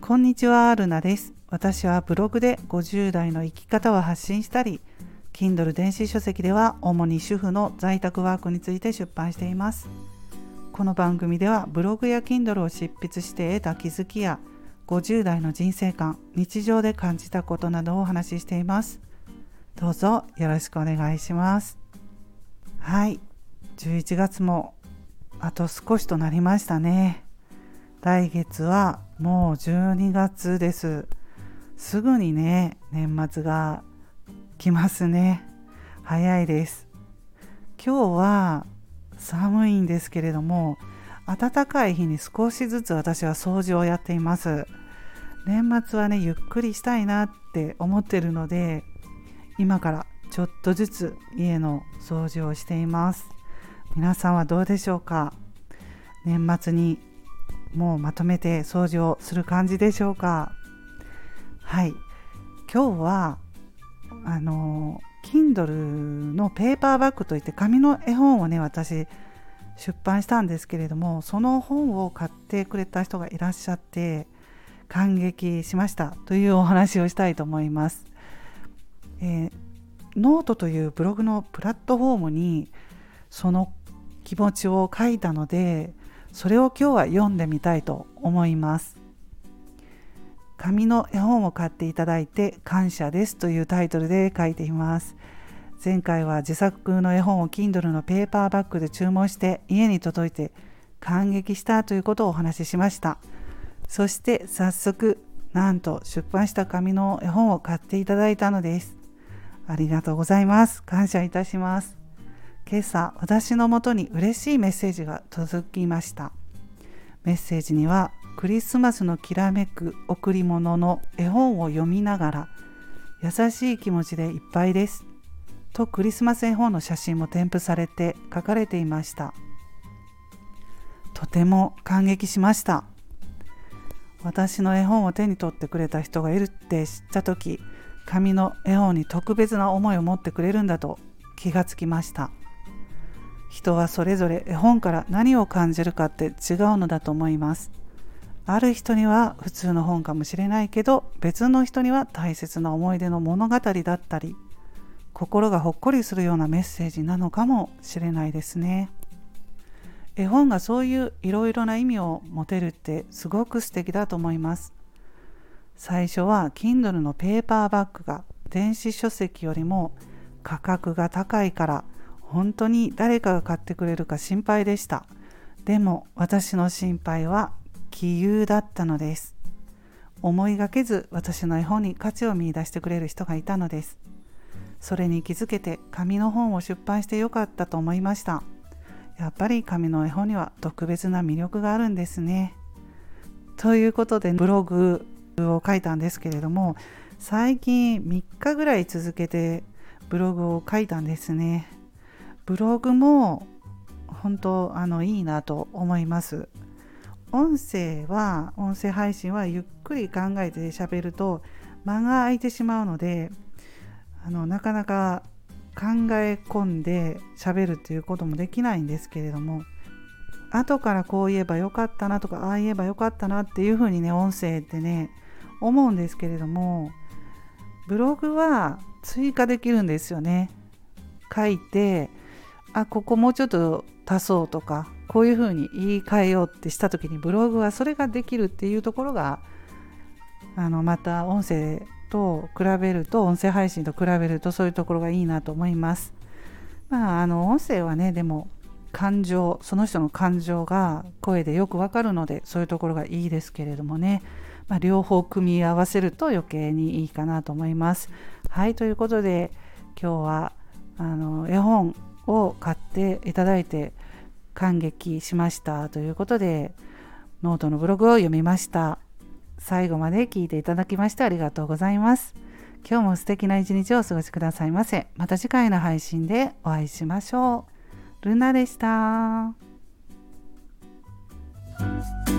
こんにちは、ルナです。私はブログで50代の生き方を発信したり、Kindle 電子書籍では主に主婦の在宅ワークについて出版しています。この番組ではブログや Kindle を執筆して得た気づきや50代の人生観、日常で感じたことなどをお話ししています。どうぞよろしくお願いします。はい、11月もあと少しとなりましたね。来月はもう12月です。すぐにね、年末が来ますね。早いです。今日は寒いんですけれども、暖かい日に少しずつ私は掃除をやっています。年末はね、ゆっくりしたいなって思ってるので、今からちょっとずつ家の掃除をしています。皆さんはどうでしょうか？年末にもうまとめて掃除をする感じでしょうか？はい、今日はKindle のペーパーバッグといって紙の絵本をね、私出版したんですけれども、その本を買ってくれた人がいらっしゃって感激しましたというお話をしたいと思います。ノートというブログのプラットフォームにその気持ちを書いたので、それを今日は読んでみたいと思います。紙の絵本を買っていただいて感謝ですというタイトルで書いています。前回は自作の絵本を Kindle のペーパーバッグで注文して家に届いて感激したということをお話ししました。そして早速なんと出版した紙の絵本を買っていただいたのです。ありがとうございます。感謝いたします。今朝私のもとに嬉しいメッセージが届きました。メッセージには、クリスマスのきらめく贈り物の絵本を読みながら優しい気持ちでいっぱいですとクリスマス絵本の写真も添付されて書かれていました。とても感激しました。私の絵本を手に取ってくれた人がいるって知ったとき、紙の絵本に特別な思いを持ってくれるんだと気がつきました。人はそれぞれ絵本から何を感じるかって違うのだと思います。ある人には普通の本かもしれないけど、別の人には大切な思い出の物語だったり、心がほっこりするようなメッセージなのかもしれないですね。絵本がそういういろいろな意味を持てるってすごく素敵だと思います。最初は Kindle のペーパーバッグが電子書籍よりも価格が高いから本当に誰かが買ってくれるか心配でした。でも私の心配は杞憂だったのです。思いがけず私の絵本に価値を見出してくれる人がいたのです。それに気づけて紙の本を出版してよかったと思いました。やっぱり紙の絵本には特別な魅力があるんですね。ということでブログを書いたんですけれども、最近3日ぐらい続けてブログを書いたんですね。ブログも本当いいなと思います。音声配信はゆっくり考えて喋ると間が空いてしまうので、なかなか考え込んで喋るっていうこともできないんですけれども、後からこう言えばよかったなとか、ああ言えばよかったなっていうふうにね、音声ってね思うんですけれども、ブログは追加できるんですよね。書いて、ここもうちょっと足そうとか、こういうふうに言い換えようってした時にブログはそれができるっていうところがまた音声配信と比べるとそういうところがいいなと思います。音声はね、でもその人の感情が声でよくわかるので、そういうところがいいですけれどもね、両方組み合わせると余計にいいかなと思います。はい、ということで今日は絵本を買っていただいて感激しましたということで、ノートのブログを読みました。最後まで聞いていただきましてありがとうございます。今日も素敵な一日をお過ごしくださいませ。また次回の配信でお会いしましょう。ルナでした。